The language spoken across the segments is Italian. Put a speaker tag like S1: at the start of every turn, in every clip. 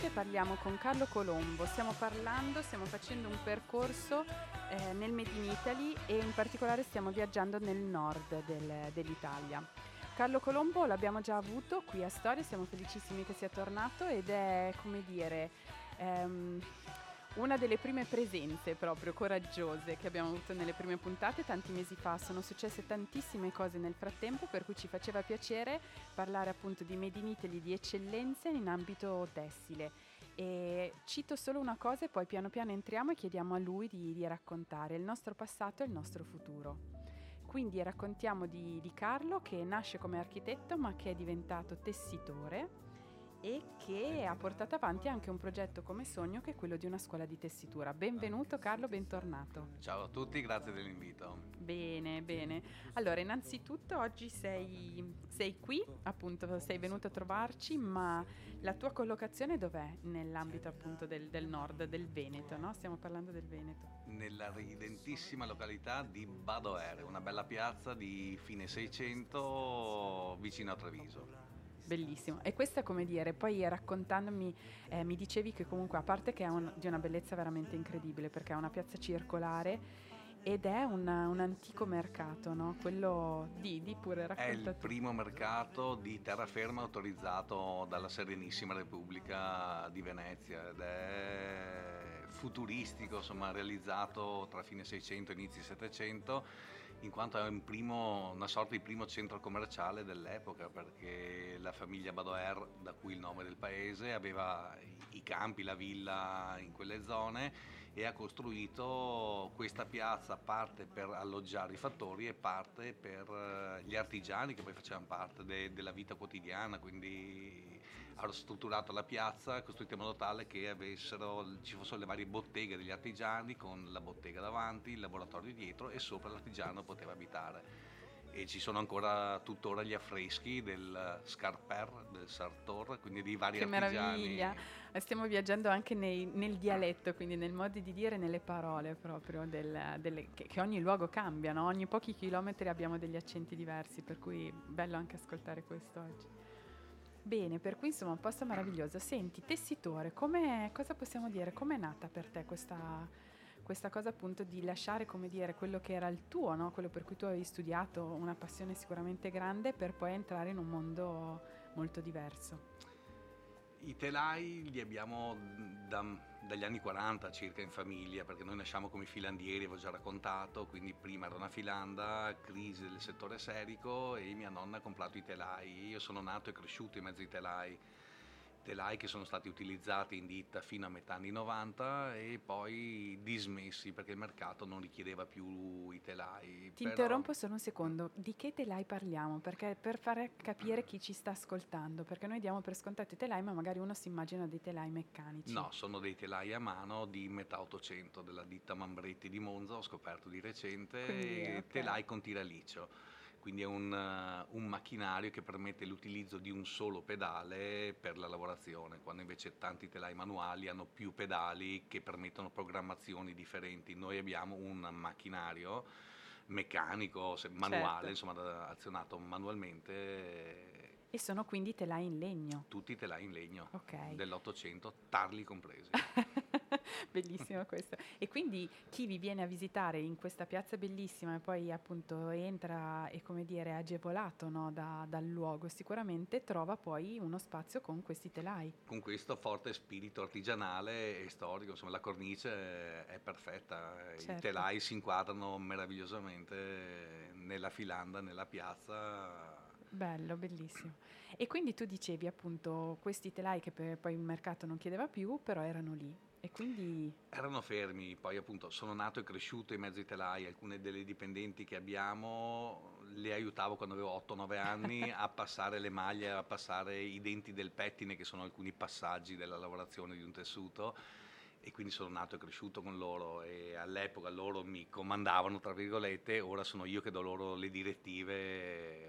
S1: tutte, parliamo con Carlo Colombo. Stiamo facendo un percorso nel Made in Italy e in particolare stiamo viaggiando nel nord dell'Italia. Carlo Colombo l'abbiamo già avuto qui a Storia, siamo felicissimi che sia tornato ed è, come dire, una delle prime presenze proprio coraggiose che abbiamo avuto nelle prime puntate tanti mesi fa. Sono successe tantissime cose nel frattempo, per cui ci faceva piacere parlare appunto di Made in Italy, di eccellenze in ambito tessile. E cito solo una cosa e poi piano piano entriamo e chiediamo a lui di raccontare il nostro passato e il nostro futuro. Quindi raccontiamo di Carlo, che nasce come architetto ma che è diventato tessitore e che ha portato avanti anche un progetto come sogno, che è quello di una scuola di tessitura. Benvenuto Carlo, bentornato.
S2: Ciao a tutti, grazie dell'invito.
S1: Bene, bene. Allora, innanzitutto oggi sei qui, appunto sei venuto a trovarci, ma la tua collocazione dov'è nell'ambito appunto del nord, del Veneto, no? Stiamo parlando del Veneto.
S2: Nella ridentissima località di Badoer, una bella piazza di fine 600 vicino a Treviso.
S1: Bellissimo. E questa, come dire, poi raccontandomi mi dicevi che comunque, a parte che è di una bellezza veramente incredibile, perché è una piazza circolare ed è un antico mercato, no? Quello di pure
S2: È il
S1: racconta tu.
S2: primo mercato di terraferma autorizzato dalla Serenissima Repubblica di Venezia ed è futuristico, insomma, realizzato tra fine 600 e inizi 700, in quanto è una sorta di primo centro commerciale dell'epoca, perché la famiglia Badoer, da cui il nome del paese, aveva i campi, la villa in quelle zone e ha costruito questa piazza, parte per alloggiare i fattori e parte per gli artigiani che poi facevano parte della vita quotidiana. Quindi ha strutturato la piazza, costruita in modo tale che ci fossero le varie botteghe degli artigiani, con la bottega davanti, il laboratorio dietro, e sopra l'artigiano poteva abitare. E ci sono ancora tuttora gli affreschi del Scarper, del Sartor, quindi di vari
S1: Che
S2: artigiani.
S1: meraviglia! Stiamo viaggiando anche nel dialetto, quindi nel modo di dire, nelle parole proprio, che ogni luogo cambia, no? Ogni pochi chilometri abbiamo degli accenti diversi, per cui bello anche ascoltare questo oggi. Bene, per cui insomma un posto meraviglioso. Senti, tessitore, cosa possiamo dire? Com'è nata per te questa cosa appunto di lasciare, come dire, quello che era il tuo, no? Quello per cui tu avevi studiato, una passione sicuramente grande, per poi entrare in un mondo molto diverso?
S2: I telai li abbiamo dagli anni 40 circa in famiglia, perché noi nasciamo come filandieri, avevo già raccontato, quindi prima era una filanda, crisi del settore serico e mia nonna ha comprato i telai. Io sono nato e cresciuto in mezzo ai telai che sono stati utilizzati in ditta fino a metà anni 90 e poi dismessi perché il mercato non richiedeva più i telai.
S1: Ti interrompo solo un secondo, di che telai parliamo? Perché per far capire chi ci sta ascoltando, perché noi diamo per scontato i telai, ma magari uno si immagina dei telai meccanici.
S2: No, sono dei telai a mano di metà 800 della ditta Mambretti di Monza, ho scoperto di recente,
S1: Quindi, ok.
S2: telai con tiraliccio. Quindi è un macchinario che permette l'utilizzo di un solo pedale per la lavorazione, quando invece tanti telai manuali hanno più pedali che permettono programmazioni differenti. Noi abbiamo un macchinario meccanico, manuale,
S1: Certo.
S2: insomma, azionato manualmente.
S1: E sono quindi telai in legno.
S2: Tutti telai in legno,
S1: Ok.
S2: dell'800, tarli compresi.
S1: Bellissimo questo. E quindi chi vi viene a visitare in questa piazza bellissima e poi appunto entra e, come dire, è agevolato, no, dal luogo, sicuramente trova poi uno spazio con questi telai.
S2: Con questo forte spirito artigianale e storico, insomma la cornice è perfetta, i
S1: Certo.
S2: telai si inquadrano meravigliosamente nella filanda, nella piazza.
S1: Bello, bellissimo. E quindi tu dicevi appunto questi telai che poi il mercato non chiedeva più, però erano lì. E quindi
S2: Erano fermi, poi appunto sono nato e cresciuto in mezzo ai telai, alcune delle dipendenti che abbiamo le aiutavo quando avevo 8-9 anni a passare le maglie, a passare i denti del pettine, che sono alcuni passaggi della lavorazione di un tessuto, e quindi sono nato e cresciuto con loro e all'epoca loro mi comandavano, tra virgolette, ora sono io che do loro le direttive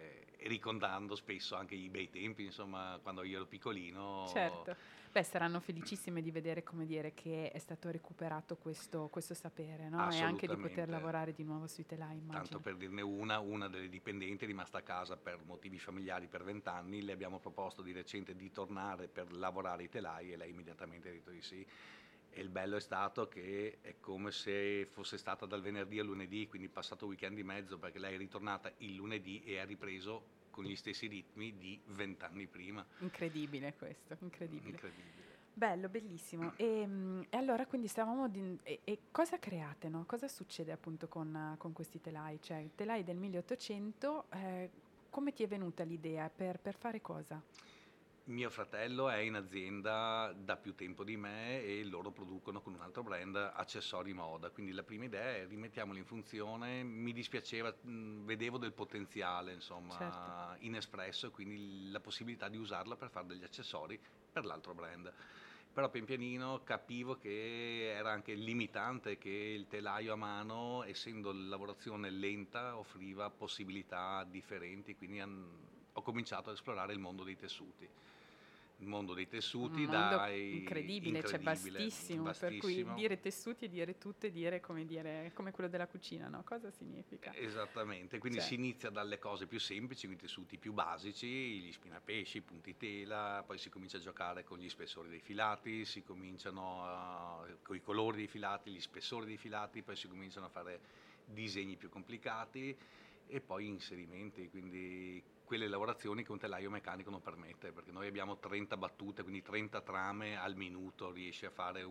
S2: ricordando spesso anche i bei tempi, insomma, quando io ero piccolino.
S1: Certo. Beh, saranno felicissime di vedere, come dire, che è stato recuperato questo sapere, no? E anche di poter
S2: Assolutamente.
S1: lavorare di nuovo sui telai,
S2: Tanto
S1: immagino.
S2: per dirne una delle dipendenti è rimasta a casa per motivi familiari per 20 anni, le abbiamo proposto di recente di tornare per lavorare ai telai e lei immediatamente ha detto di sì. E il bello è stato che è come se fosse stata dal venerdì al lunedì, quindi passato weekend di mezzo, perché lei è ritornata il lunedì e ha ripreso con gli stessi ritmi di 20 anni prima.
S1: Incredibile questo, incredibile.
S2: Incredibile.
S1: Bello, bellissimo. E allora quindi stavamo e cosa create, no? Cosa succede appunto con questi telai? Cioè, il telai del 1800, come ti è venuta l'idea? Per fare cosa?
S2: Mio fratello è in azienda da più tempo di me e loro producono con un altro brand accessori moda, quindi la prima idea è rimettiamoli in funzione, mi dispiaceva, vedevo del potenziale insomma
S1: Certo.
S2: inespresso e quindi la possibilità di usarla per fare degli accessori per l'altro brand. Però pian pianino capivo che era anche limitante, che il telaio a mano, essendo la lavorazione lenta, offriva possibilità differenti, quindi ho cominciato ad esplorare il mondo dei tessuti. Il mondo dei
S1: Un
S2: tessuti
S1: mondo
S2: dai
S1: incredibile, cioè
S2: incredibile,
S1: vastissimo, per cui
S2: vastissimo.
S1: dire tessuti e dire tutto e dire, come quello della cucina, no? Cosa significa?
S2: Esattamente, quindi
S1: Cioè,
S2: si inizia dalle cose più semplici, quindi i tessuti più basici, gli spinapesci, i punti tela, poi si comincia a giocare con gli spessori dei filati, si cominciano con i colori dei filati, gli spessori dei filati, poi si cominciano a fare disegni più complicati e poi inserimenti, quindi quelle lavorazioni che un telaio meccanico non permette, perché noi abbiamo 30 battute, quindi 30 trame al minuto, riesce a fare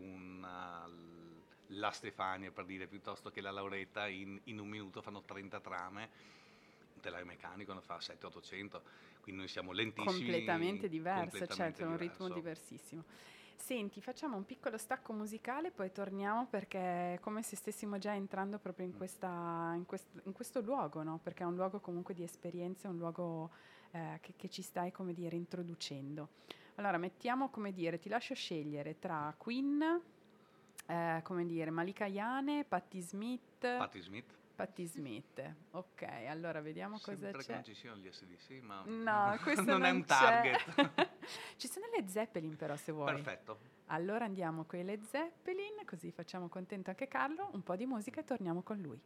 S2: la Stefania per dire, piuttosto che la Lauretta in un minuto fanno 30 trame, un telaio meccanico ne fa 700-800, quindi noi siamo lentissimi,
S1: completamente diverso, certo,
S2: completamente
S1: è un ritmo
S2: diverso.
S1: diversissimo. Senti, facciamo un piccolo stacco musicale, poi torniamo perché è come se stessimo già entrando proprio in questo luogo, no? Perché è un luogo comunque di esperienze, un luogo che ci stai, come dire, introducendo. Allora, mettiamo, come dire, ti lascio scegliere tra Queen, come dire, Malika Ayane,
S2: Patti Smith,
S1: Patti Smith. Ok, allora vediamo cosa
S2: sempre che
S1: c'è.
S2: non ci siano gli SDC, ma
S1: No, questo
S2: non è
S1: non
S2: un
S1: c'è.
S2: target.
S1: Ci sono le Zeppelin però se vuoi.
S2: Perfetto.
S1: Allora andiamo con le Zeppelin, così facciamo contento anche Carlo, un po' di musica e torniamo con lui.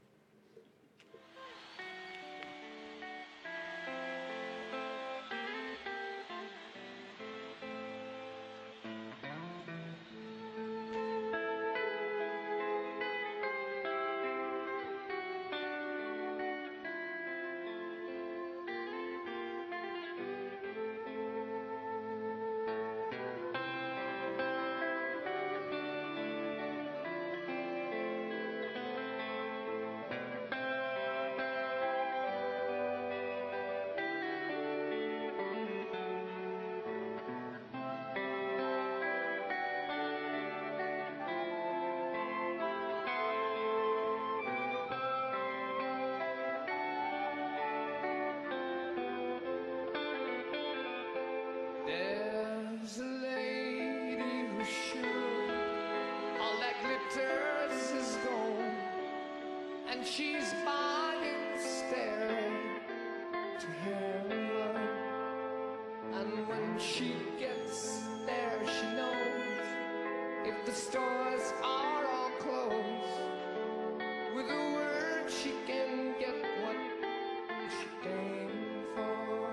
S3: There's a lady who's sure all that glitters is gold, and she's buying staring to heaven. And when she gets there, she knows if the stores are all closed, with a word she can get what she came for.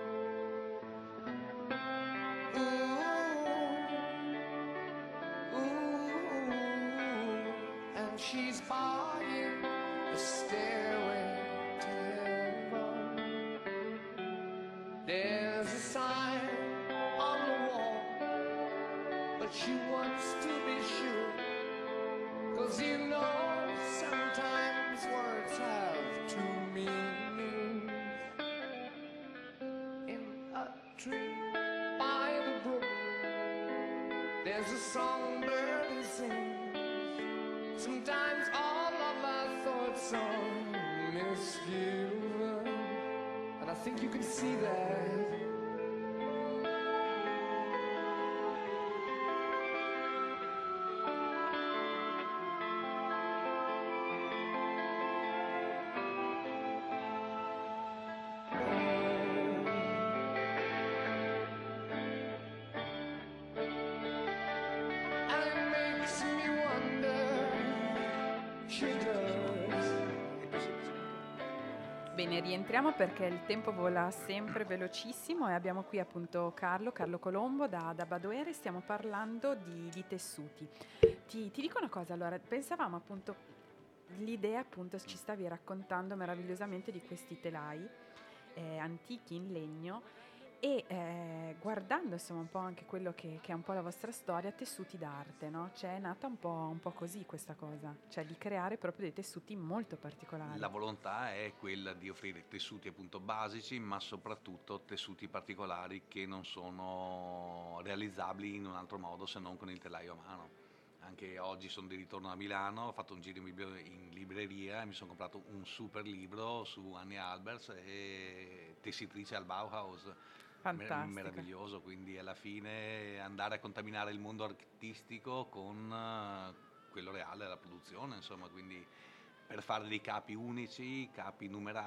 S3: And she's buying a stairway to heaven. There's a sign on the wall, but she wants to be sure, 'cause you know sometimes words have two meanings. In a tree by the brook, there's a songbird who sings. Sometimes all of our thoughts are misgiven, and I think you can see that.
S1: Bene, rientriamo perché il tempo vola sempre velocissimo e abbiamo qui appunto Carlo Colombo da Badoere, stiamo parlando di tessuti. Ti dico una cosa, allora, pensavamo appunto, l'idea appunto ci stavi raccontando meravigliosamente di questi telai antichi in legno e guardando insomma un po' anche quello che è un po' la vostra storia, tessuti d'arte, no? Cioè è nata un po' così questa cosa, cioè di creare proprio dei tessuti molto particolari.
S2: La volontà è quella di offrire tessuti appunto basici, ma soprattutto tessuti particolari che non sono realizzabili in un altro modo se non con il telaio a mano. Anche oggi sono di ritorno a Milano, ho fatto un giro in libreria e mi sono comprato un super libro su Annie Albers e tessitrice al Bauhaus.
S1: Fantastico.
S2: Meraviglioso, quindi alla fine andare a contaminare il mondo artistico con quello reale della produzione, insomma, quindi per fare dei capi unici, capi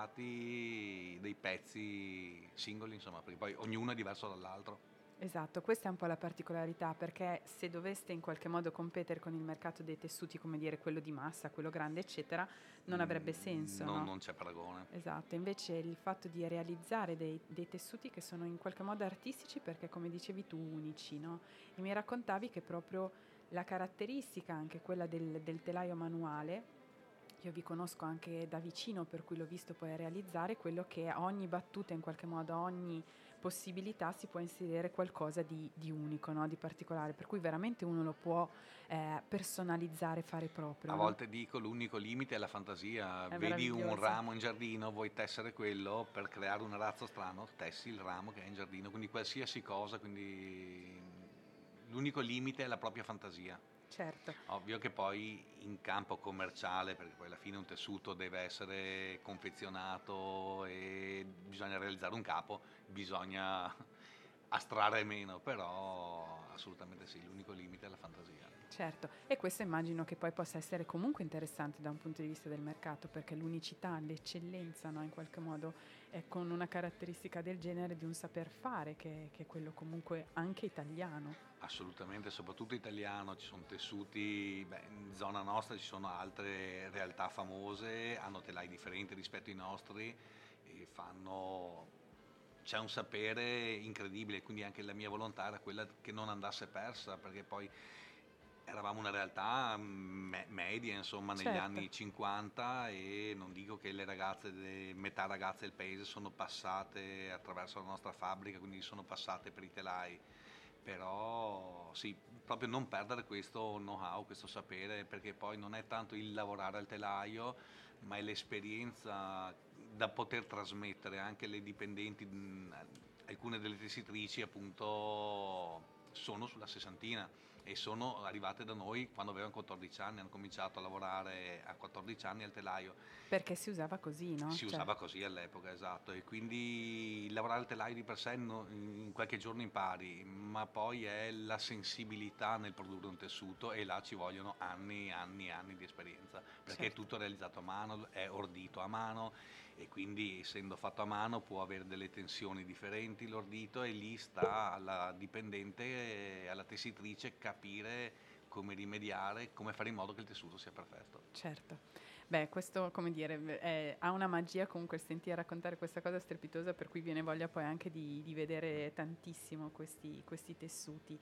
S2: numerati, dei pezzi singoli, insomma, perché poi ognuno è diverso dall'altro.
S1: Esatto, questa è un po' la particolarità, perché se doveste in qualche modo competere con il mercato dei tessuti, come dire quello di massa, quello grande, eccetera, non avrebbe senso, no?
S2: Non c'è paragone.
S1: Esatto, invece il fatto di realizzare dei tessuti che sono in qualche modo artistici, perché come dicevi tu, unici, no? E mi raccontavi che proprio la caratteristica, anche quella del telaio manuale, io vi conosco anche da vicino, per cui l'ho visto poi realizzare, quello che a ogni battuta, in qualche modo, a ogni possibilità si può inserire qualcosa di unico, no? Di particolare, per cui veramente uno lo può personalizzare, fare proprio.
S2: A
S1: no?
S2: volte dico l'unico limite è la fantasia,
S1: È
S2: vedi un
S1: meraviglioso.
S2: ramo in giardino, vuoi tessere quello per creare un arazzo strano, tessi il ramo che è in giardino, quindi qualsiasi cosa, quindi l'unico limite è la propria fantasia.
S1: Certo.
S2: Ovvio che poi in campo commerciale, perché poi alla fine un tessuto deve essere confezionato e bisogna realizzare un capo, bisogna astrarre meno, però assolutamente sì, l'unico limite è la fantasia.
S1: Certo, e questo immagino che poi possa essere comunque interessante da un punto di vista del mercato, perché l'unicità, l'eccellenza, no, in qualche modo è con una caratteristica del genere di un saper fare che è quello comunque anche italiano.
S2: Assolutamente, soprattutto italiano, ci sono tessuti, in zona nostra ci sono altre realtà famose, hanno telai differenti rispetto ai nostri e c'è un sapere incredibile, quindi anche la mia volontà era quella che non andasse persa, perché poi eravamo una realtà media, insomma, negli
S1: Certo.
S2: anni 50 e non dico che le ragazze, metà ragazze del paese sono passate attraverso la nostra fabbrica, quindi sono passate per i telai. Però sì, proprio non perdere questo know-how, questo sapere, perché poi non è tanto il lavorare al telaio, ma è l'esperienza da poter trasmettere anche alle dipendenti. Alcune delle tessitrici appunto sono sulla sessantina e sono arrivate da noi quando avevano 14 anni, hanno cominciato a lavorare a 14 anni al telaio.
S1: Perché si usava così, no?
S2: Si usava così all'epoca, esatto, e quindi lavorare al telaio di per sé in qualche giorno impari, ma poi è la sensibilità nel produrre un tessuto e là ci vogliono anni di esperienza, perché
S1: Certo.
S2: è tutto realizzato a mano, è ordito a mano e quindi essendo fatto a mano può avere delle tensioni differenti l'ordito e lì sta alla dipendente, alla tessitrice capire come rimediare, come fare in modo che il tessuto sia perfetto.
S1: Certo. Beh, questo, come dire, ha una magia comunque sentire raccontare questa cosa strepitosa, per cui viene voglia poi anche di vedere tantissimo questi tessuti.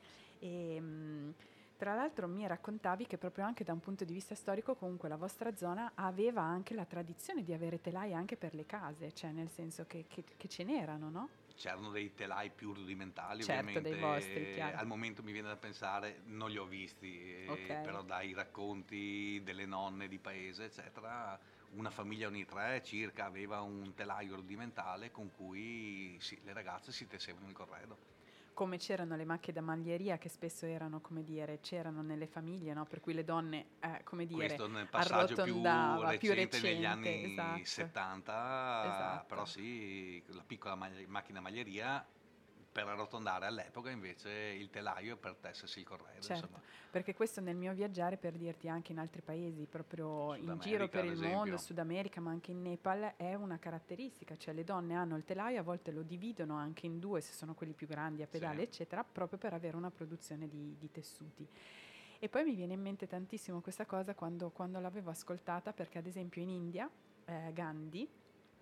S1: E, tra l'altro mi raccontavi che proprio anche da un punto di vista storico comunque la vostra zona aveva anche la tradizione di avere telai anche per le case, cioè nel senso che ce n'erano, no?
S2: C'erano dei telai più rudimentali,
S1: Certo,
S2: ovviamente.
S1: dei vostri, chiaro.
S2: Al momento mi viene da pensare, non li ho visti,
S1: Ok.
S2: però dai racconti delle nonne di paese, eccetera, una famiglia ogni 3 circa aveva un telaio rudimentale con cui le ragazze si tessevano il corredo.
S1: Come c'erano le macchie da maglieria che spesso erano, come dire, c'erano nelle famiglie, no? Per cui le donne, come dire,
S2: Questo nel passaggio
S1: arrotondava, più
S2: recente negli anni
S1: esatto.
S2: 70,
S1: Esatto.
S2: però sì, la piccola macchina maglieria per arrotondare all'epoca, invece il telaio per tessersi il corredo,
S1: Certo,
S2: insomma.
S1: perché questo nel mio viaggiare, per dirti, anche in altri paesi, proprio in
S2: Sud
S1: giro
S2: America,
S1: per
S2: ad
S1: il mondo,
S2: esempio.
S1: Sud America, ma anche in Nepal, è una caratteristica, cioè le donne hanno il telaio, a volte lo dividono anche in due, se sono quelli più grandi a pedale,
S2: Sì.
S1: eccetera, proprio per avere una produzione di tessuti. E poi mi viene in mente tantissimo questa cosa quando l'avevo ascoltata, perché ad esempio in India, Gandhi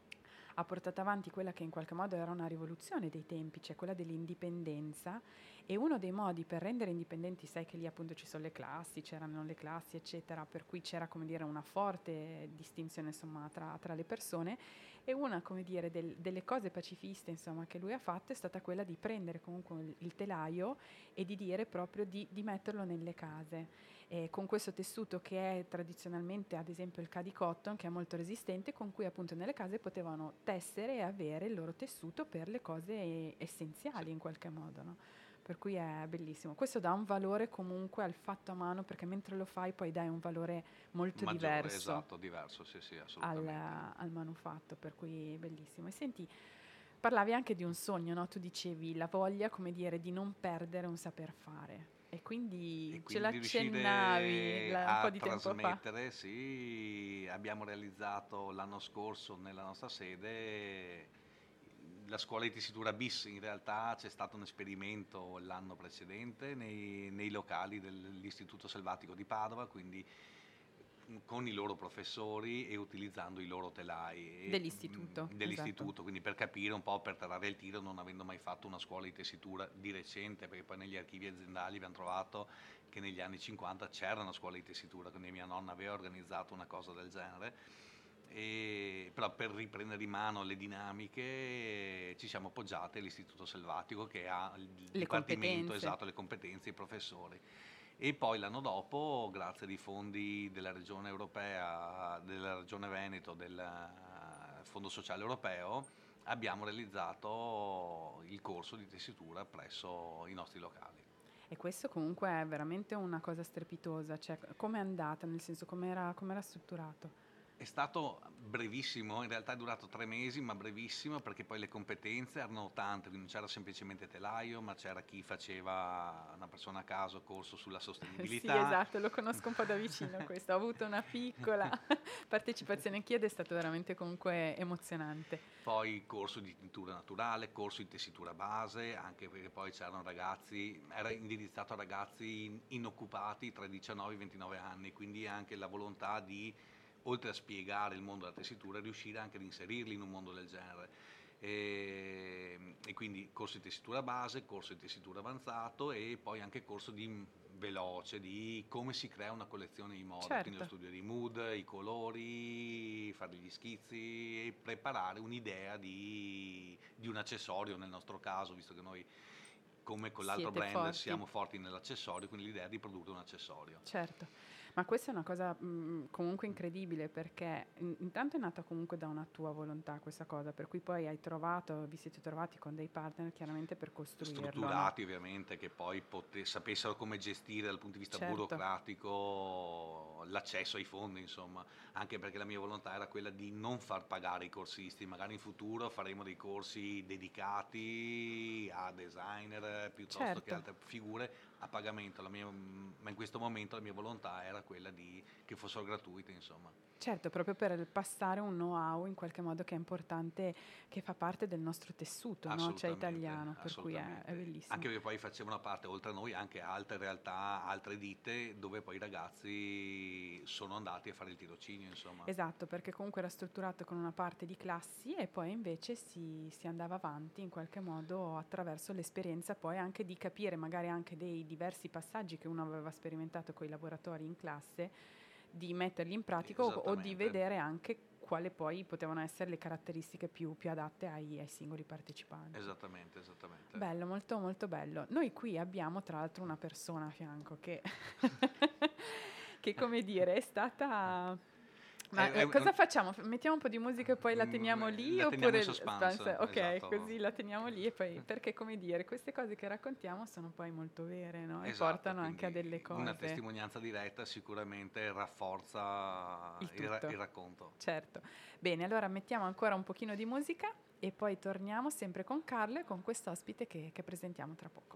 S1: ha portato avanti quella che in qualche modo era una rivoluzione dei tempi, cioè quella dell'indipendenza, e uno dei modi per rendere indipendenti, sai che lì appunto ci sono le classi, c'erano le classi eccetera, per cui c'era, come dire, una forte distinzione insomma tra le persone, e una, come dire, delle cose pacifiste insomma che lui ha fatto è stata quella di prendere comunque il telaio e di dire proprio di metterlo nelle case. Con questo tessuto che è tradizionalmente ad esempio il Khadi cotton, che è molto resistente, con cui appunto nelle case potevano tessere e avere il loro tessuto per le cose essenziali in qualche modo, no? Per cui è bellissimo. Questo dà un valore comunque al fatto a mano, perché mentre lo fai poi dai un valore molto
S2: maggiore,
S1: diverso,
S2: esatto, diverso, sì, assolutamente.
S1: al manufatto, per cui bellissimo. E senti, parlavi anche di un sogno, no? Tu dicevi la voglia, come dire, di non perdere un saper fare. E quindi ce
S2: Quindi
S1: l'accennavi
S2: riuscire
S1: un po'
S2: a
S1: di tempo fa.
S2: trasmettere, sì, abbiamo realizzato l'anno scorso nella nostra sede la scuola di tessitura bis. In realtà c'è stato un esperimento l'anno precedente nei locali dell'Istituto Selvatico di Padova, quindi con i loro professori e utilizzando i loro telai
S1: Dell'istituto, esatto.
S2: quindi per capire un po', per tarare il tiro, non avendo mai fatto una scuola di tessitura di recente, perché poi negli archivi aziendali abbiamo trovato che negli anni 50 c'era una scuola di tessitura, quindi mia nonna aveva organizzato una cosa del genere. Però per riprendere in mano le dinamiche ci siamo appoggiati all'Istituto Selvatico, che ha il dipartimento, esatto, le competenze, i professori. E poi l'anno dopo, grazie ai fondi della Regione Europea, della Regione Veneto, del Fondo Sociale Europeo, abbiamo realizzato il corso di tessitura presso i nostri locali.
S1: E questo comunque è veramente una cosa strepitosa, cioè come è andata, nel senso com'era strutturato?
S2: È stato brevissimo, in realtà è durato 3 mesi, ma brevissimo, perché poi le competenze erano tante, quindi non c'era semplicemente telaio, ma c'era chi faceva, una persona a caso, corso sulla sostenibilità.
S1: Sì, esatto, lo conosco un po' da vicino questo, ho avuto una piccola partecipazione anch'io ed è stato veramente comunque emozionante.
S2: Poi corso di tintura naturale, corso di tessitura base, anche perché poi c'erano ragazzi, era indirizzato a ragazzi inoccupati tra i 19 e i 29 anni, quindi anche la volontà di, oltre a spiegare il mondo della tessitura, riuscire anche ad inserirli in un mondo del genere. E quindi corso di tessitura base, corso di tessitura avanzato e poi anche corso di veloce di come si crea una collezione di moda,
S1: Certo.
S2: quindi lo studio di mood, i colori, fare gli schizzi e preparare un'idea di un accessorio, nel nostro caso, visto che noi come con l'altro
S1: Siete
S2: brand
S1: forti.
S2: siamo forti nell'accessorio, quindi l'idea di produrre un accessorio.
S1: Certo, ma questa è una cosa comunque incredibile, perché intanto è nata comunque da una tua volontà questa cosa, per cui poi vi siete trovati con dei partner chiaramente per costruirlo,
S2: Strutturati,
S1: no?
S2: ovviamente, che poi sapessero come gestire dal punto di vista
S1: Certo.
S2: burocratico l'accesso ai fondi, insomma, anche perché la mia volontà era quella di non far pagare i corsisti, magari in futuro faremo dei corsi dedicati a designer piuttosto
S1: Certo.
S2: che altre figure a pagamento, ma in questo momento la mia volontà era quella che fossero gratuite, insomma.
S1: Certo, proprio per passare un know-how in qualche modo che è importante, che fa parte del nostro tessuto, no? Cioè italiano, per cui è bellissimo.
S2: Anche perché poi facevano parte, oltre a noi, anche altre realtà, altre ditte, dove poi i ragazzi sono andati a fare il tirocinio, insomma.
S1: Esatto, perché comunque era strutturato con una parte di classi e poi invece si andava avanti in qualche modo attraverso l'esperienza poi anche di capire magari anche dei diversi passaggi che uno aveva sperimentato con i laboratori in classe, di metterli in pratica o di vedere anche quali poi potevano essere le caratteristiche più adatte ai singoli partecipanti.
S2: Esattamente.
S1: Bello, molto molto bello. Noi qui abbiamo tra l'altro una persona a fianco che, che come dire, è stata... Ma cosa facciamo? Mettiamo un po' di musica e poi la teniamo lì?
S2: La
S1: oppure
S2: teniamo in suspense,
S1: Ok,
S2: esatto.
S1: Così la teniamo lì e poi, perché come dire, queste cose che raccontiamo sono poi molto vere, no?
S2: Esatto,
S1: e portano anche a delle cose.
S2: Una testimonianza diretta sicuramente rafforza il racconto.
S1: Certo. Bene, allora mettiamo ancora un pochino di musica e poi torniamo sempre con Carlo e con quest'ospite che presentiamo tra poco.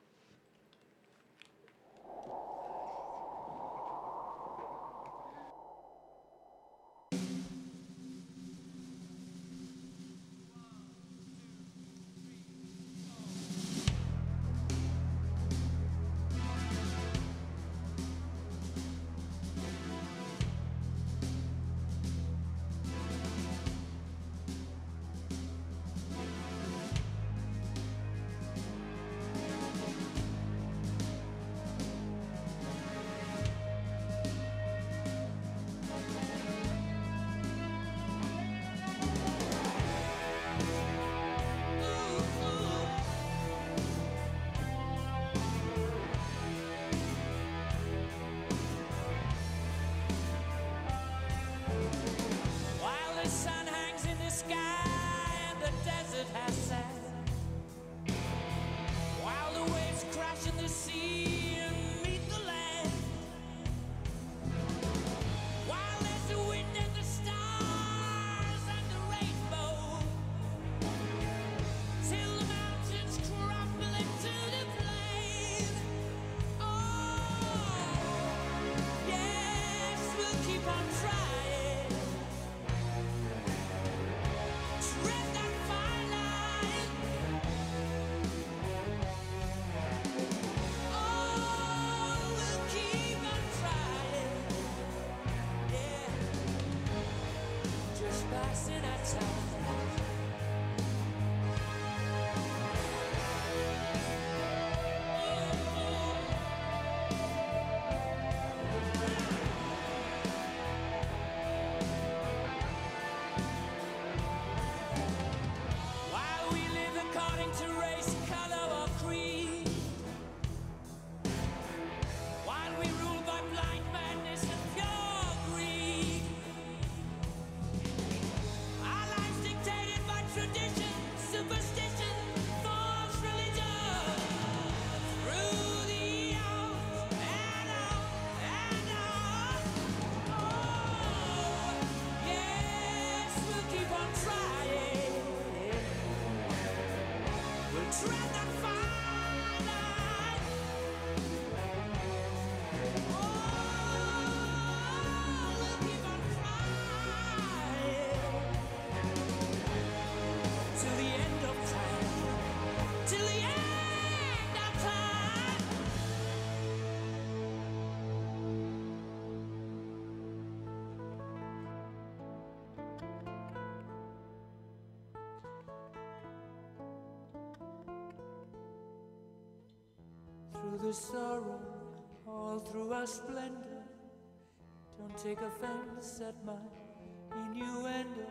S3: through the sorrow, all through our splendor. Don't take offense at my innuendo.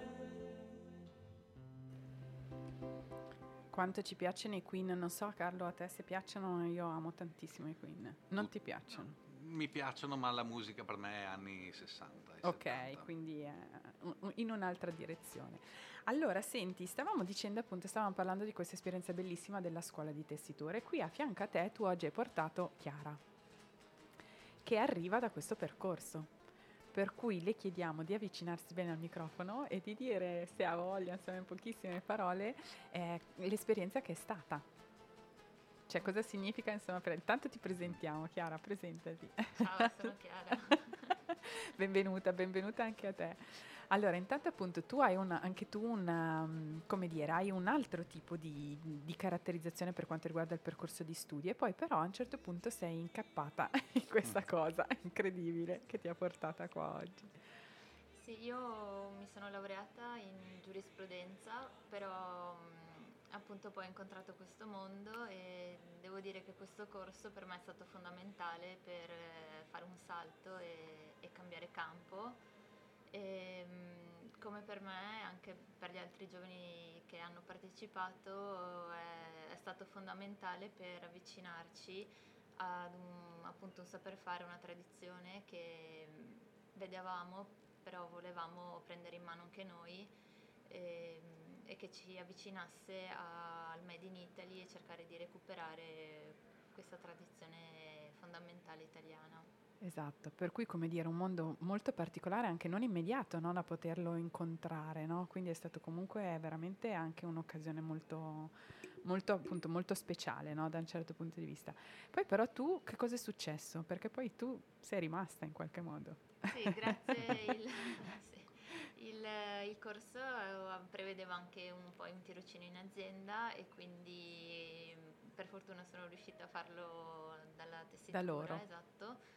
S1: Quanto ci piacciono i Queen, non so Carlo, a te se piacciono, io amo tantissimo i Queen. Non ti piacciono?
S2: Mi piacciono, ma la musica per me è anni 60 e
S1: Ok,
S2: 70.
S1: quindi è in un'altra direzione. Allora, senti, stavamo parlando di questa esperienza bellissima della scuola di tessitura e qui a fianco a te tu oggi hai portato Chiara, che arriva da questo percorso. Per cui le chiediamo di avvicinarsi bene al microfono e di dire, se ha voglia, insomma in pochissime parole, l'esperienza che è stata. Cioè, cosa significa, insomma, intanto ti presentiamo, Chiara, presentati.
S4: Ciao, sono Chiara.
S1: Benvenuta anche a te. Allora, intanto appunto tu hai come dire, hai un altro tipo di caratterizzazione per quanto riguarda il percorso di studi e poi però a un certo punto sei incappata in questa cosa incredibile che ti ha portata qua oggi.
S4: Sì, io mi sono laureata in giurisprudenza, però appunto poi ho incontrato questo mondo e devo dire che questo corso per me è stato fondamentale per fare un salto e cambiare campo. E, come per me, anche per gli altri giovani che hanno partecipato, è stato fondamentale per avvicinarci ad appunto un saper fare, una tradizione che vedevamo, però volevamo prendere in mano anche noi e che ci avvicinasse al Made in Italy e cercare di recuperare questa tradizione fondamentale italiana.
S1: Esatto, per cui come dire un mondo molto particolare, anche non immediato, no, da poterlo incontrare, no? Quindi è stato comunque veramente anche un'occasione molto, molto, appunto, molto speciale, no? Da un certo punto di vista. Poi però tu, che cosa è successo? Perché poi tu sei rimasta in qualche modo.
S4: Sì, grazie. Il corso prevedeva anche un po' un tirocinio in azienda e quindi per fortuna sono riuscita a farlo dalla tessitura.
S1: Da loro.
S4: Esatto.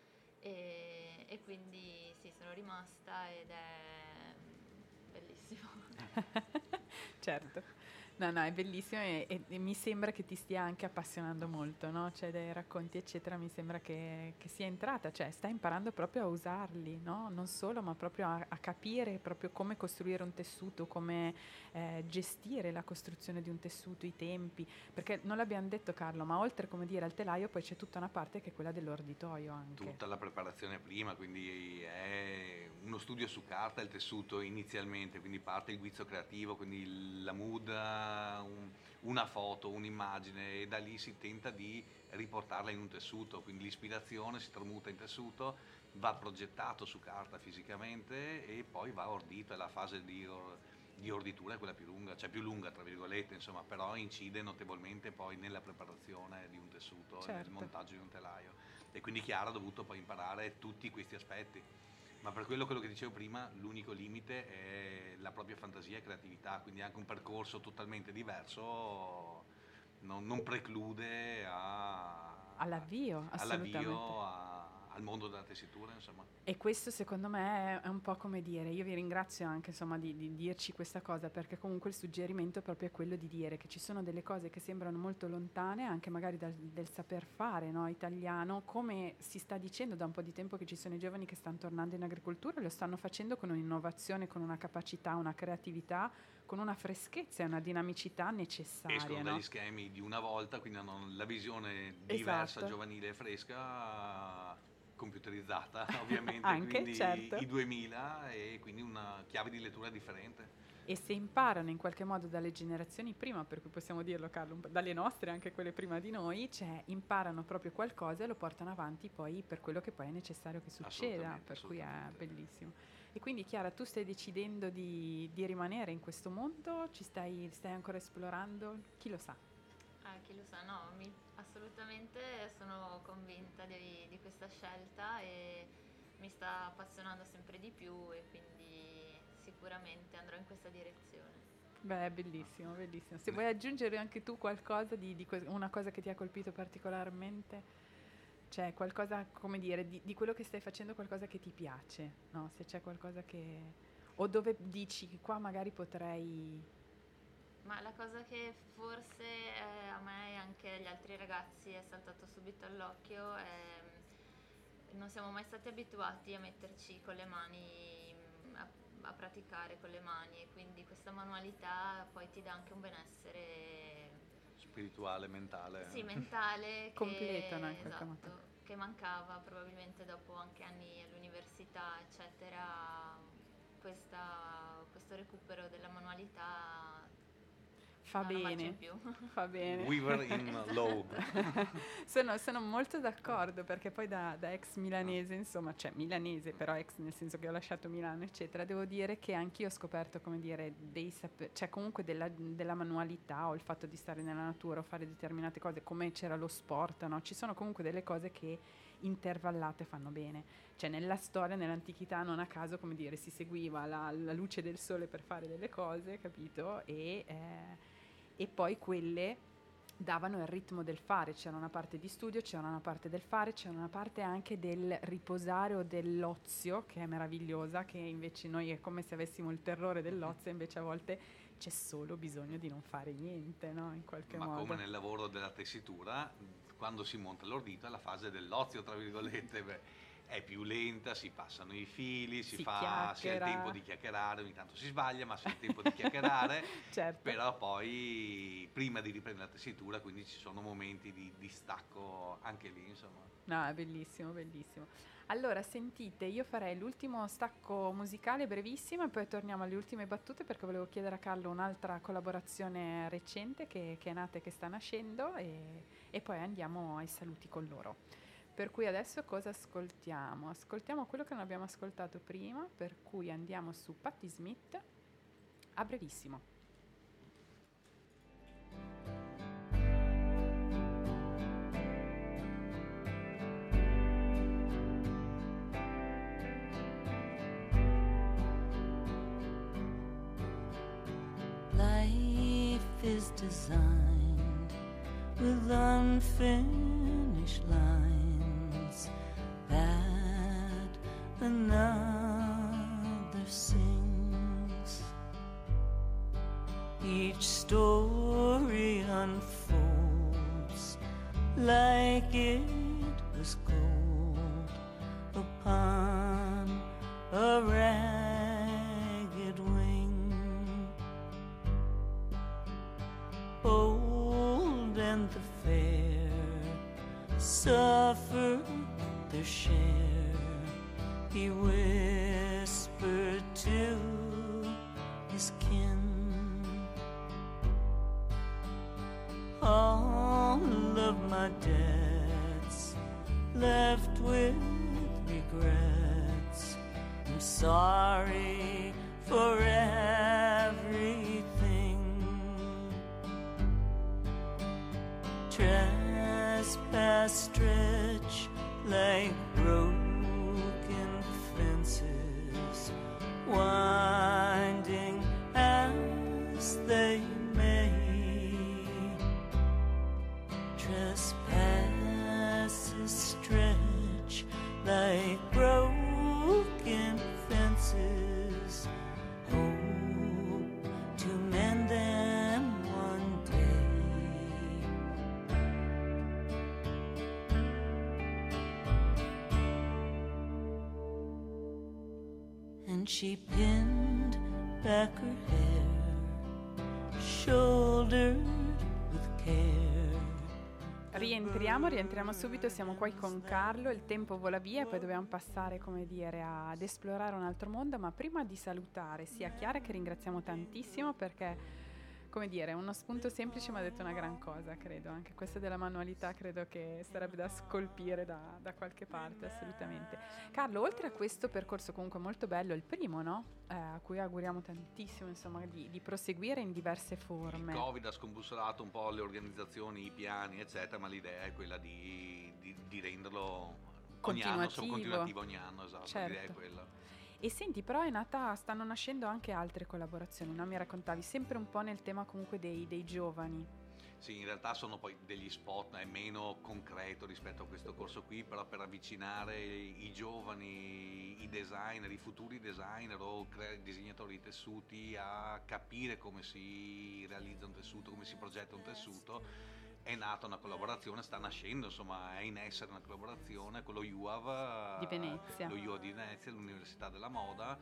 S4: E quindi sì, sono rimasta ed è bellissimo.
S1: Certo. No, è bellissimo e mi sembra che ti stia anche appassionando molto, no? Cioè dai racconti eccetera mi sembra che sia entrata, cioè stai imparando proprio a usarli, no? Non solo, ma proprio a capire proprio come costruire un tessuto, come gestire la costruzione di un tessuto, i tempi, perché non l'abbiamo detto Carlo, ma oltre come dire al telaio poi c'è tutta una parte che è quella dell'orditorio anche.
S2: Tutta la preparazione prima, quindi è uno studio su carta il tessuto inizialmente, quindi parte il guizzo creativo, quindi la mood, una foto, un'immagine e da lì si tenta di riportarla in un tessuto, quindi l'ispirazione si tramuta in tessuto, va progettato su carta fisicamente e poi va ordito, è la fase di orditura è quella più lunga, cioè più lunga tra virgolette, insomma, però incide notevolmente poi nella preparazione di un tessuto e nel montaggio di un telaio. E quindi Chiara ha dovuto poi imparare tutti questi aspetti. Ma per quello che dicevo prima, l'unico limite è la propria fantasia e creatività, quindi anche un percorso totalmente diverso non preclude
S1: all'avvio, assolutamente.
S2: Al mondo della tessitura, insomma.
S1: E questo secondo me è un po' come dire, io vi ringrazio anche insomma di dirci questa cosa, perché comunque il suggerimento proprio è quello di dire che ci sono delle cose che sembrano molto lontane, anche magari del saper fare, no, italiano, come si sta dicendo da un po' di tempo che ci sono i giovani che stanno tornando in agricoltura, lo stanno facendo con un'innovazione, con una capacità, una creatività, con una freschezza e una dinamicità necessaria.
S2: Escono
S1: no?
S2: dagli schemi di una volta, quindi hanno la visione diversa,
S1: esatto.
S2: giovanile e fresca, computerizzata ovviamente,
S1: anche,
S2: quindi
S1: certo.
S2: i 2000 e quindi una chiave di lettura differente.
S1: E se imparano in qualche modo dalle generazioni prima, per cui possiamo dirlo Carlo, dalle nostre, anche quelle prima di noi, cioè imparano proprio qualcosa e lo portano avanti poi per quello che poi è necessario che succeda, per cui è bellissimo. E quindi Chiara, tu stai decidendo di rimanere in questo mondo? Stai ancora esplorando? Chi lo sa?
S4: Chi lo sa, no, assolutamente sono convinta di questa scelta e mi sta appassionando sempre di più e quindi sicuramente andrò in questa direzione.
S1: Beh, bellissimo, bellissimo. Se vuoi aggiungere anche tu qualcosa una cosa che ti ha colpito particolarmente, cioè qualcosa, come dire, di quello che stai facendo, qualcosa che ti piace, no? Se c'è qualcosa che... o dove dici, qua magari potrei
S4: Ma la cosa che forse a me e anche agli altri ragazzi è saltato subito all'occhio è non siamo mai stati abituati a metterci con le mani, a praticare con le mani, e quindi questa manualità poi ti dà anche un benessere
S2: Spirituale, mentale.
S4: sì, mentale
S1: Completo, no, in qualche modo.
S4: esatto, che mancava probabilmente dopo anche anni all'università, eccetera. Questo recupero della manualità
S1: Fa
S4: non la faccio
S1: bene,
S4: in più.
S1: fa bene.
S2: Weaver in low.
S1: Sono molto d'accordo, perché poi da ex milanese, insomma, cioè milanese, però ex nel senso che ho lasciato Milano, eccetera, devo dire che anch'io ho scoperto, come dire, cioè comunque della manualità, o il fatto di stare nella natura o fare determinate cose, come c'era lo sport, no? Ci sono comunque delle cose che intervallate fanno bene. Cioè nella storia, nell'antichità, non a caso, come dire, si seguiva la luce del sole per fare delle cose, capito? E poi quelle davano il ritmo del fare, c'era una parte di studio, c'era una parte del fare, c'era una parte anche del riposare o dell'ozio, che è meravigliosa, che invece noi è come se avessimo il terrore dell'ozio, invece a volte c'è solo bisogno di non fare niente, no? In qualche
S2: Ma
S1: modo.
S2: come nel lavoro della tessitura, quando si monta l'ordito è la fase dell'ozio, tra virgolette, è più lenta, si passano i fili, si ha il
S1: chiacchiera.
S2: tempo di chiacchierare, ogni tanto si sbaglia, ma si ha il tempo di chiacchierare,
S1: Certo.
S2: però poi prima di riprendere la tessitura, quindi ci sono momenti di stacco anche lì, insomma.
S1: No, è bellissimo, bellissimo. Allora, sentite, io farei l'ultimo stacco musicale brevissimo e poi torniamo alle ultime battute, perché volevo chiedere a Carlo un'altra collaborazione recente che è nata e che sta nascendo, e poi andiamo ai saluti con loro. Per cui adesso cosa ascoltiamo? Ascoltiamo quello che non abbiamo ascoltato prima, per cui andiamo su Patti Smith, a brevissimo.
S5: Life is designed with unfinished lines that another sings. Each story unfolds like it was gold upon a ragged wing. Old and the fair suffer their share, he whispered to his kin. All of my debts left with regrets. I'm sorry for everything. Trespass stretch like broken fences, winding as they may. Trespasses stretch like broken fences, hope to mend them one day. And she pinned back her hair, shouldered with care.
S1: Rientriamo subito, siamo qua con Carlo, il tempo vola via e poi dobbiamo passare, come dire, ad esplorare un altro mondo, ma prima di salutare sia Chiara, che ringraziamo tantissimo, perché, come dire, uno spunto semplice mi ha detto una gran cosa, credo, anche questa della manualità credo che sarebbe da scolpire da qualche parte, assolutamente. Carlo, oltre a questo percorso comunque molto bello, il primo, no? A cui auguriamo tantissimo, insomma, di proseguire in diverse forme.
S2: Il Covid ha scombussolato un po' le organizzazioni, i piani, eccetera, ma l'idea è quella di renderlo continuativo ogni anno, esatto,
S1: certo.
S2: L'idea è quella.
S1: E senti, però stanno nascendo anche altre collaborazioni, no? Mi raccontavi sempre un po' nel tema comunque dei giovani.
S2: Sì, in realtà sono poi degli spot, è meno concreto rispetto a questo corso qui, però per avvicinare i giovani, i designer, i futuri designer o disegnatori di tessuti a capire come si realizza un tessuto, come si progetta un tessuto, è nata una collaborazione, sta nascendo, insomma, è in essere una collaborazione con lo UAV
S1: Di Venezia.
S2: lo UAV di Venezia, l'Università della Moda,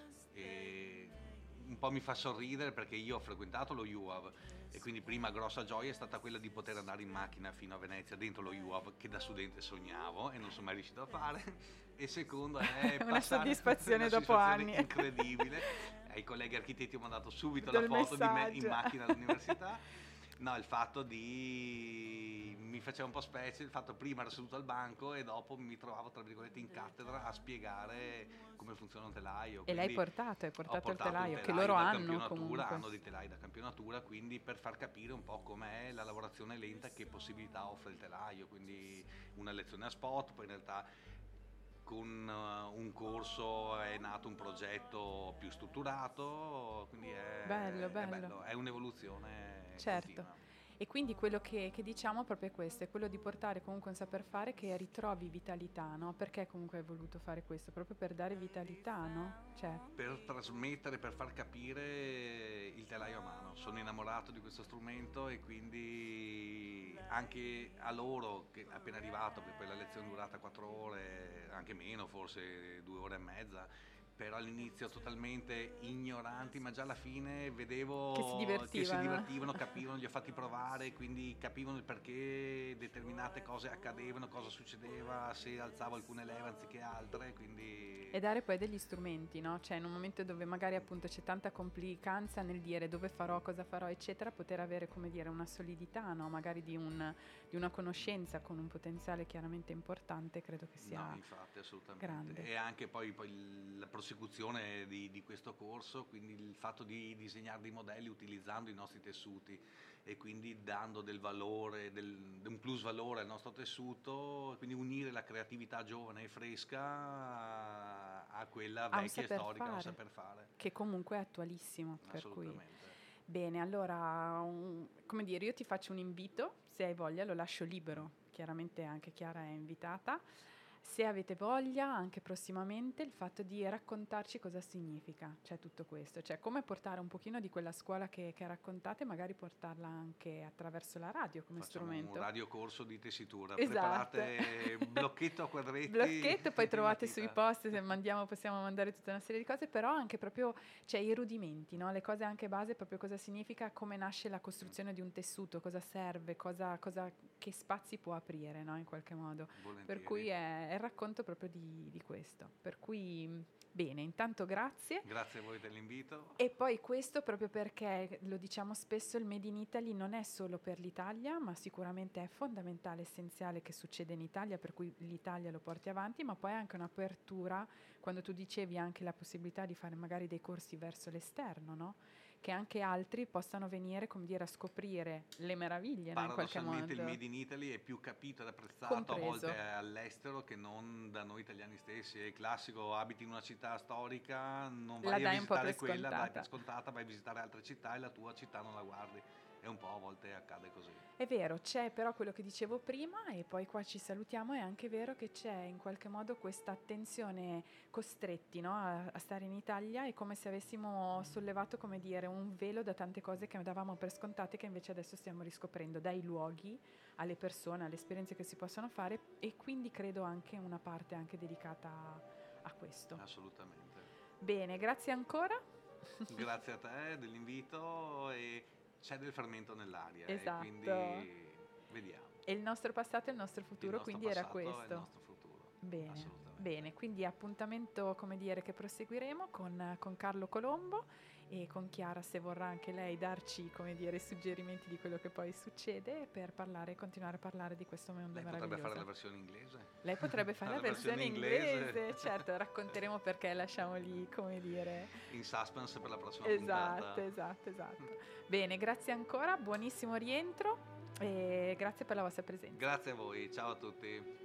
S2: e un po' mi fa sorridere perché io ho frequentato lo UAV e quindi prima grossa gioia è stata quella di poter andare in macchina fino a Venezia dentro lo UAV, che da studente sognavo e non sono mai riuscito a fare, e secondo è
S1: una soddisfazione dopo anni
S2: incredibile. Ai colleghi architetti ho mandato subito
S1: del
S2: la foto di me in
S1: messaggio.
S2: macchina all'università. No, il fatto mi faceva un po' specie, il fatto prima ero seduto al banco e dopo mi trovavo tra virgolette in cattedra a spiegare come funziona un telaio.
S1: E l'hai
S2: Quindi
S1: portato, hai
S2: ho
S1: portato il
S2: portato
S1: telaio,
S2: un
S1: che loro
S2: da
S1: hanno
S2: campionatura,
S1: comunque.
S2: hanno dei telai da campionatura, quindi per far capire un po' com'è la lavorazione lenta, che possibilità offre il telaio, quindi una lezione a spot, poi in realtà con un corso è nato un progetto più strutturato, quindi
S1: Bello.
S2: è un'evoluzione
S1: Certo.
S2: continua.
S1: E quindi quello che diciamo proprio è questo, è quello di portare comunque un saper fare che ritrovi vitalità, no? Perché comunque hai voluto fare questo? Proprio per dare vitalità, no? Cioè,
S2: Per trasmettere, per far capire il telaio a mano. Sono innamorato di questo strumento e quindi anche a loro, che è appena arrivato, perché poi la lezione è durata 4 ore, anche meno, forse 2 ore e mezza, però all'inizio totalmente ignoranti, ma già alla fine vedevo
S1: Che si divertivano.
S2: capivano, li ho fatti provare, quindi capivano il perché determinate cose accadevano, cosa succedeva, se alzavo alcune leve anziché altre, quindi...
S1: e dare poi degli strumenti, no? Cioè in un momento dove magari appunto c'è tanta complicanza nel dire dove farò, cosa farò, eccetera, poter avere, come dire, una solidità, no? Magari di una conoscenza con un potenziale chiaramente importante, credo che sia
S2: No, infatti, assolutamente.
S1: grande.
S2: E anche poi la prosecuzione di questo corso, quindi il fatto di disegnare dei modelli utilizzando i nostri tessuti e quindi dando del valore, un plus valore al nostro tessuto, quindi unire la creatività giovane e fresca a quella
S1: A un
S2: vecchia e
S1: saper
S2: storica,
S1: fare,
S2: un saper fare.
S1: che comunque è attualissimo, per cui...
S2: Assolutamente.
S1: Bene, allora, come dire, io ti faccio un invito, se hai voglia, lo lascio libero, chiaramente anche Chiara è invitata. Se avete voglia, anche prossimamente, il fatto di raccontarci cosa significa, cioè tutto questo, cioè come portare un pochino di quella scuola che raccontate, magari portarla anche attraverso la radio come
S2: Facciamo
S1: strumento.
S2: un radiocorso di tessitura,
S1: Esatto.
S2: Preparate blocchetto a quadretti.
S1: Blocchetto, poi trovate
S2: matita.
S1: sui post, se possiamo mandare tutta una serie di cose, però anche proprio, cioè i rudimenti, no? Le cose anche base, proprio cosa significa, come nasce la costruzione di un tessuto, cosa serve, che spazi può aprire, no? In qualche modo.
S2: Volentieri.
S1: Per cui è il racconto proprio di questo. Per cui, bene, intanto grazie.
S2: Grazie a voi dell'invito.
S1: E poi questo proprio perché, lo diciamo spesso, il Made in Italy non è solo per l'Italia, ma sicuramente è fondamentale, essenziale che succeda in Italia, per cui l'Italia lo porti avanti, ma poi anche un'apertura, quando tu dicevi anche la possibilità di fare magari dei corsi verso l'esterno, no? Che anche altri possano venire, come dire, a scoprire le meraviglie, no? In qualche modo.
S2: Paradossalmente il Made in Italy è più capito ed apprezzato
S1: Compreso.
S2: a volte all'estero che non da noi italiani stessi. È il classico, abiti in una città storica, non
S1: La
S2: vai a
S1: dai un po'
S2: visitare
S1: per
S2: quella, dai
S1: scontata.
S2: per scontata, vai a visitare altre città e la tua città non la guardi. E un po' a volte accade così.
S1: È vero, c'è però quello che dicevo prima, e poi qua ci salutiamo, è anche vero che c'è in qualche modo questa attenzione costretti, no, a stare in Italia, è come se avessimo sollevato, come dire, un velo da tante cose che davamo per scontate, che invece adesso stiamo riscoprendo, dai luoghi alle persone, alle esperienze che si possono fare, e quindi credo anche una parte anche dedicata a questo.
S2: Assolutamente.
S1: Bene, grazie ancora.
S2: Grazie a te dell'invito, e c'è del fermento nell'aria,
S1: Esatto.
S2: e quindi vediamo.
S1: E il nostro passato e il nostro futuro,
S2: Il nostro
S1: quindi era
S2: passato è il
S1: questo.
S2: nostro futuro.
S1: Bene,
S2: Assolutamente.
S1: bene, quindi appuntamento, come dire, che proseguiremo con Carlo Colombo e con Chiara, se vorrà anche lei darci, come dire, suggerimenti di quello che poi succede, per continuare a parlare di questo mondo
S2: Lei
S1: meraviglioso.
S2: potrebbe fare la versione inglese?
S1: Lei potrebbe fare la versione inglese, certo, racconteremo perché, lasciamo lì, come dire.
S2: In suspense per la prossima puntata.
S1: Esatto. Bene, grazie ancora, buonissimo rientro e grazie per la vostra presenza.
S2: Grazie a voi, ciao a tutti.